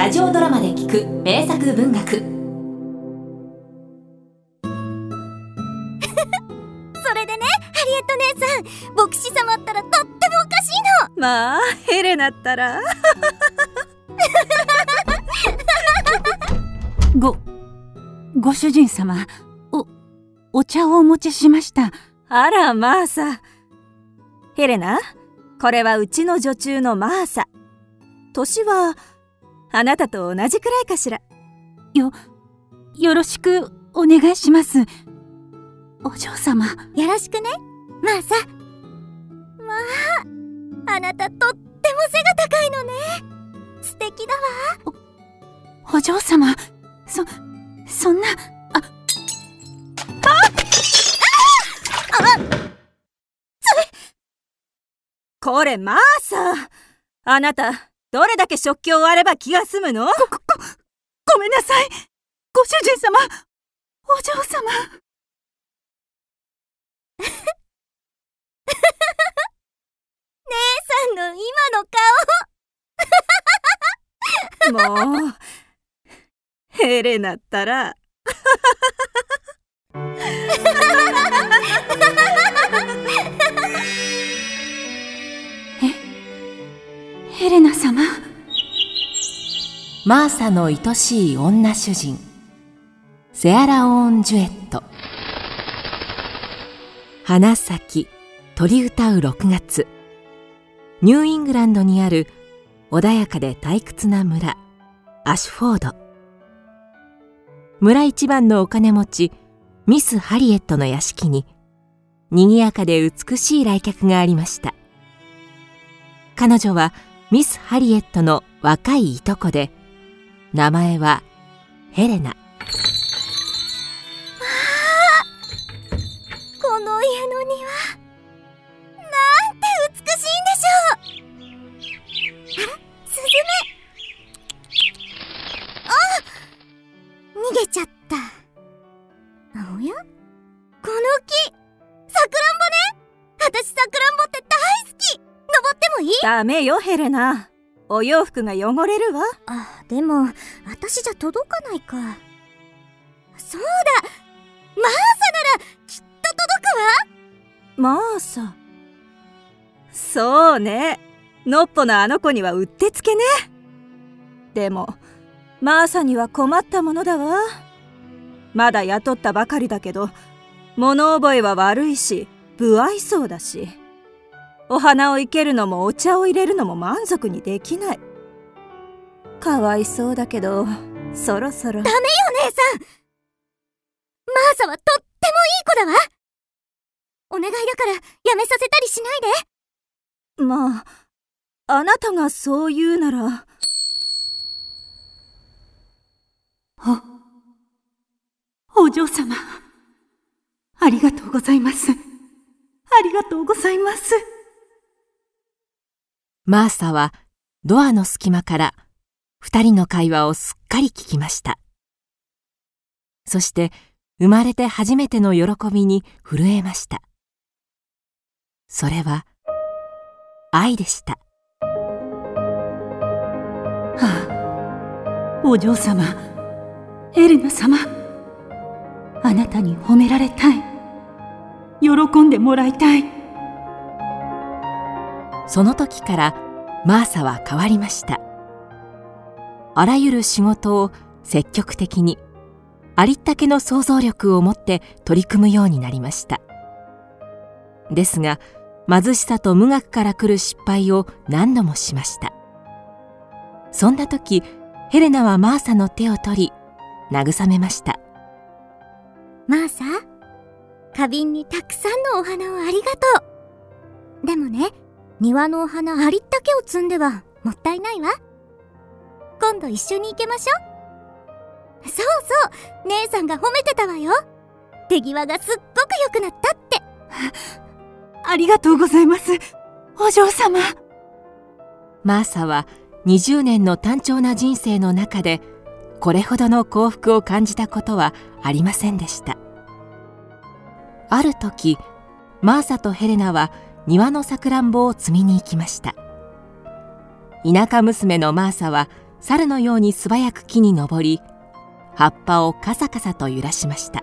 ラジオドラマで聞く名作文学それでね、ハリエット姉さん、牧師様ったらとってもおかしいの。 まあヘレナったらご主人様、お茶をお持ちしました。 あらマーサ。ヘレナ、これはうちの女中のマーサ。年はあなたと同じくらいかしら。 よろしくお願いします。お嬢様。 よろしくね、マーサ。まあ、あなたとっても背が高いのね。素敵だわ。 お嬢様、そんな。 これマーサ。あなたどれだけ食器を割れば気が済むの？ ごめんなさい、ご主人様、お嬢様。 姉さんの今の顔もうヘレナったらヘレナ様。 マーサの愛しい女主人、セアラ・オーン・ジュエット。花咲き鳥歌う6月、ニューイングランドにある穏やかで退屈な村、アシュフォード。村一番のお金持ちミス・ハリエットの屋敷に賑やかで美しい来客がありました。彼女はミス・ハリエットの若いいとこで、名前はヘレナ。 この家の庭、なんて美しいんでしょう。あら、スズメ。逃げちゃった。おや、この木、さくらんぼね。私さくらんぼって大好き。登ってもいい？ ダメよヘレナ、お洋服が汚れるわ。 でも私じゃ届かないか。そうだ、マーサならきっと届くわ。 マーサ。そうね、のっぽのあの子にはうってつけね。でもマーサには困ったものだわ。まだ雇ったばかりだけど物覚えは悪いし不愛想だし、お花を生けるのもお茶を入れるのも満足にできない。かわいそうだけどそろそろ。 ダメよ姉さん、マーサはとってもいい子だわ。お願いだからやめさせたりしないで。 まあ、あなたがそう言うなら。 お嬢様、ありがとうございます。ありがとうございます。 マーサはドアの隙間から二人の会話をすっかり聞きました。そして生まれて初めての喜びに震えました。それは愛でした。 お嬢様、エレナ様、あなたに褒められたい。喜んでもらいたい。 その時からマーサは変わりました。あらゆる仕事を積極的に、ありったけの想像力を持って取り組むようになりました。ですが貧しさと無学から来る失敗を何度もしました。そんな時ヘレナはマーサの手を取り慰めました。 マーサ、花瓶にたくさんのお花をありがとう。でもね、庭のお花ありったけを摘んではもったいないわ。今度一緒に行けましょう。そうそう、姉さんが褒めてたわよ。手際がすっごく良くなったって。 ありがとうございます、お嬢様。 マーサは20年の単調な人生の中でこれほどの幸福を感じたことはありませんでした。ある時、マーサとヘレナは庭のさくらんぼを摘みに行きました。田舎娘のマーサは猿のように素早く木に登り、葉っぱをカサカサと揺らしました。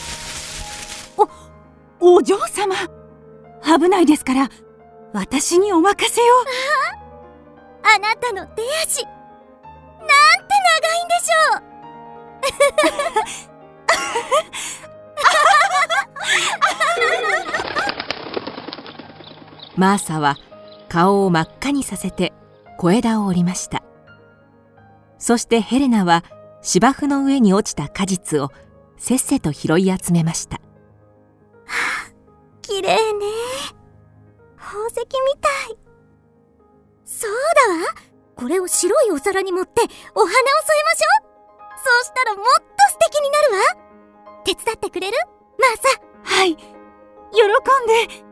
お嬢様、危ないですから私にお任せを。 あなたの手足、なんて長いんでしょう。 マーサは顔を真っ赤にさせて小枝を折りました。そしてヘレナは芝生の上に落ちた果実をせっせと拾い集めました。 綺麗ね。宝石みたい。そうだわ。これを白いお皿に盛ってお花を添えましょう。そうしたらもっと素敵になるわ。手伝ってくれる？マーサ。 はい、喜んで。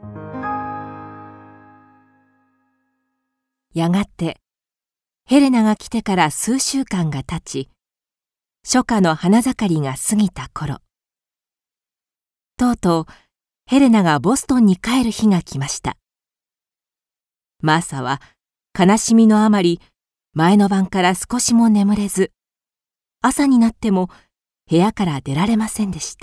やがてヘレナが来てから数週間が経ち、初夏の花盛りが過ぎた頃、とうとうヘレナがボストンに帰る日が来ました。マーサは悲しみのあまり、前の晩から少しも眠れず、朝になっても部屋から出られませんでした。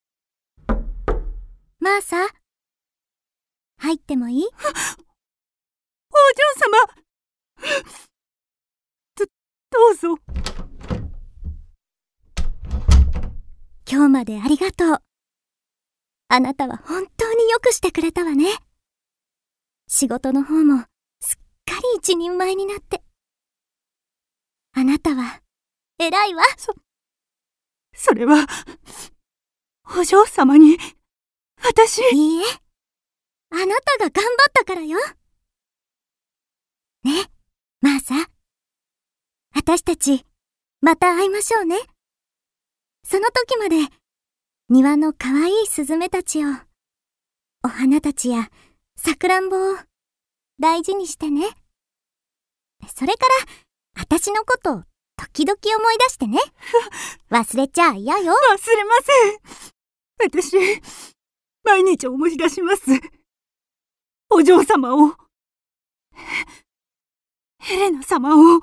マーサ、入ってもいい？ お嬢様、どうぞ。 今日までありがとう。あなたは本当によくしてくれたわね。仕事の方もすっかり一人前になって。あなたは偉いわ。 それはお嬢様に私。 いいえ、あなたが頑張ったからよ。ね、マーサ、私たちまた会いましょうね。その時まで庭のかわいいスズメたちを、お花たちやさくらんぼを大事にしてね。それから私のことを時々思い出してね。忘れちゃ嫌よ。 忘れません。私毎日思い出します。お嬢様を、ヘレナ様を。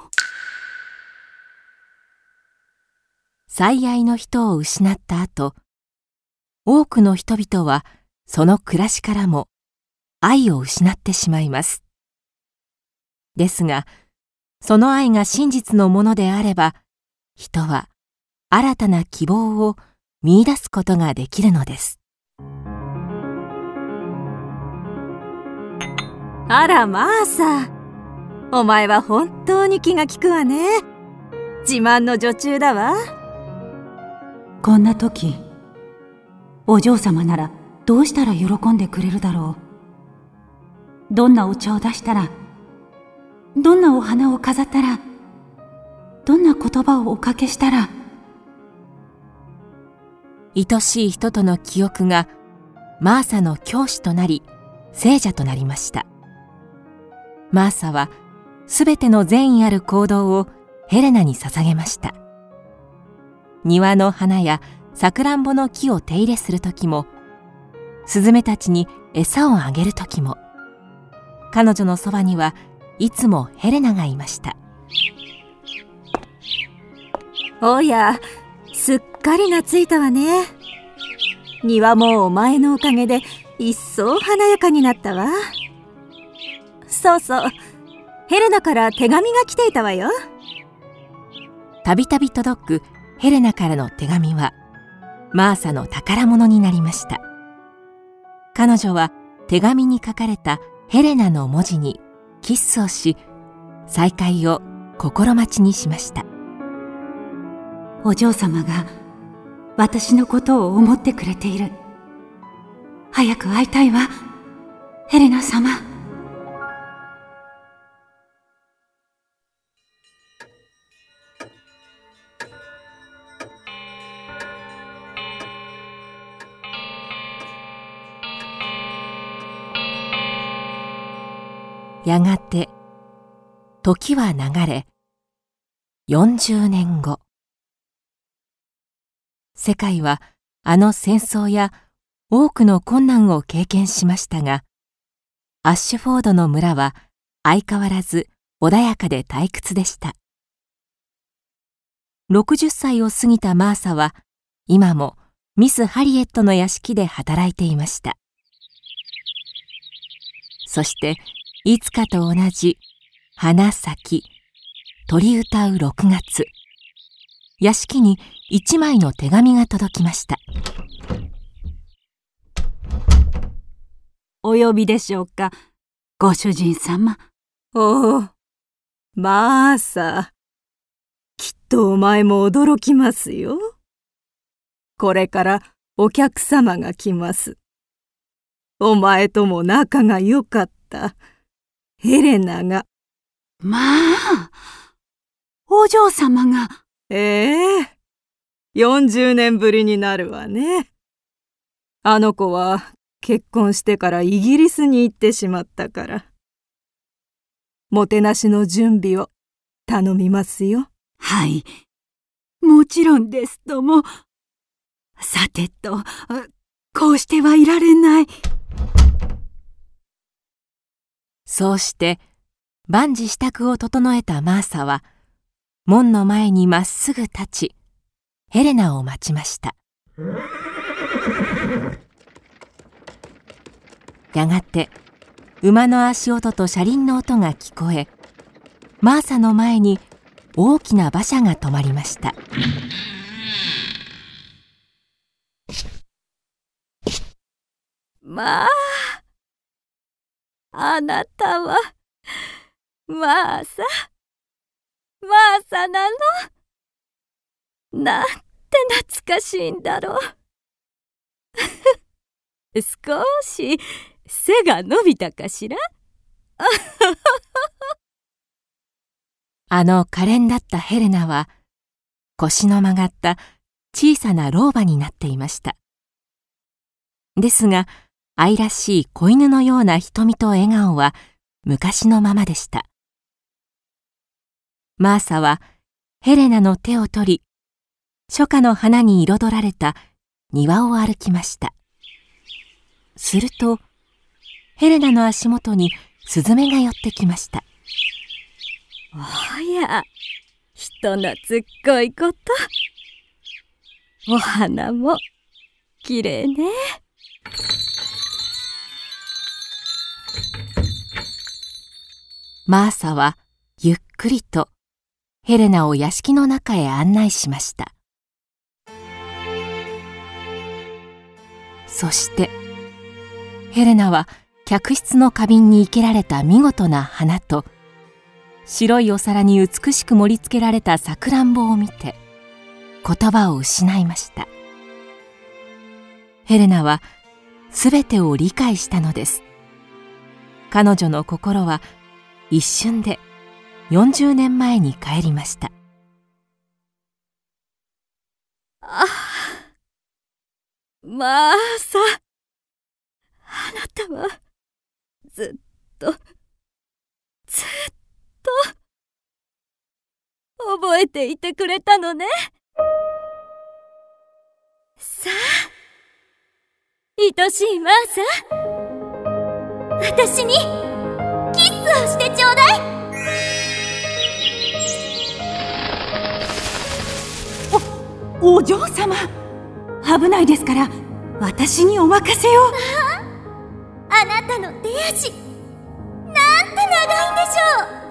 最愛の人を失った後、多くの人々はその暮らしからも愛を失ってしまいます。ですが、その愛が真実のものであれば、人は新たな希望を見出すことができるのです。 あらマーサ、お前は本当に気が利くわね。自慢の女中だわ。 こんな時、お嬢様ならどうしたら喜んでくれるだろう。どんなお茶を出したら、どんなお花を飾ったら、どんな言葉をおかけしたら。 愛しい人との記憶がマーサの教師となり、聖者となりました。マーサはすべての善意ある行動をヘレナに捧げました。庭の花やさくらんぼの木を手入れするときも、スズメたちに餌をあげるときも、彼女のそばにはいつもヘレナがいました。 おや、すっかり懐いたわね。庭もお前のおかげで一層華やかになったわ。そうそう、ヘレナから手紙が来ていたわよ。 たびたび届くヘレナからの手紙はマーサの宝物になりました。彼女は手紙に書かれたヘレナの文字にキスをし、再会を心待ちにしました。 お嬢様が私のことを思ってくれている。早く会いたいわ、ヘレナ様。 やがて時は流れ、40年後、世界はあの戦争や多くの困難を経験しましたが、アッシュフォードの村は相変わらず穏やかで退屈でした。 60歳を過ぎたマーサは今もミス・ハリエットの屋敷で働いていました。そしていつかと同じ花咲き鳥歌う6月、屋敷に一枚の手紙が届きました。 お呼びでしょうか、ご主人様。 おお、マーサ、きっとお前も驚きますよ。これからお客様が来ます。お前とも仲が良かったヘレナが。 まあ、お嬢様が。 40年ぶりになるわね。あの子は結婚してからイギリスに行ってしまったから。もてなしの準備を頼みますよ。 はい、もちろんですとも。さてと、こうしてはいられない。 そうして万事支度を整えたマーサは門の前にまっすぐ立ち、ヘレナを待ちました。やがて馬の足音と車輪の音が聞こえ、マーサの前に大きな馬車が止まりました。 まあ、あなたはマーサなの。なんて懐かしいんだろう。少し背が伸びたかしら。 あの可憐だったヘレナは腰の曲がった小さな老婆になっていました。ですが愛らしい子犬のような瞳と笑顔は昔のままでした。マーサはヘレナの手を取り、初夏の花に彩られた庭を歩きました。するとヘレナの足元にスズメが寄ってきました。 おや、人懐っこいこと。お花もきれいね。 マーサはゆっくりとヘレナを屋敷の中へ案内しました。そしてヘレナは客室の花瓶に生けられた見事な花と白いお皿に美しく盛り付けられたさくらんぼを見て言葉を失いました。ヘレナはすべてを理解したのです。彼女の心は一瞬で40年前に帰りました。 マーサ、あなたはずっと覚えていてくれたのね。さあ、愛しいマーサ、私にキスをしてちょうだい。 お嬢様、危ないですから私にお任せを。 あなたの手足、なんて長いんでしょう。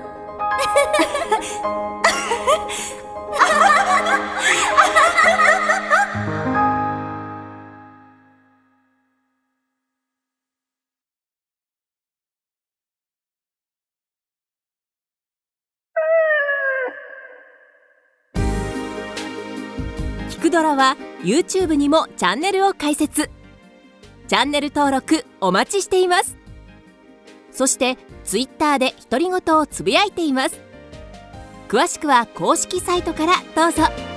キクドラは YouTube にもチャンネルを開設。チャンネル登録お待ちしています。そして Twitter で独り言をつぶやいています。詳しくは公式サイトからどうぞ。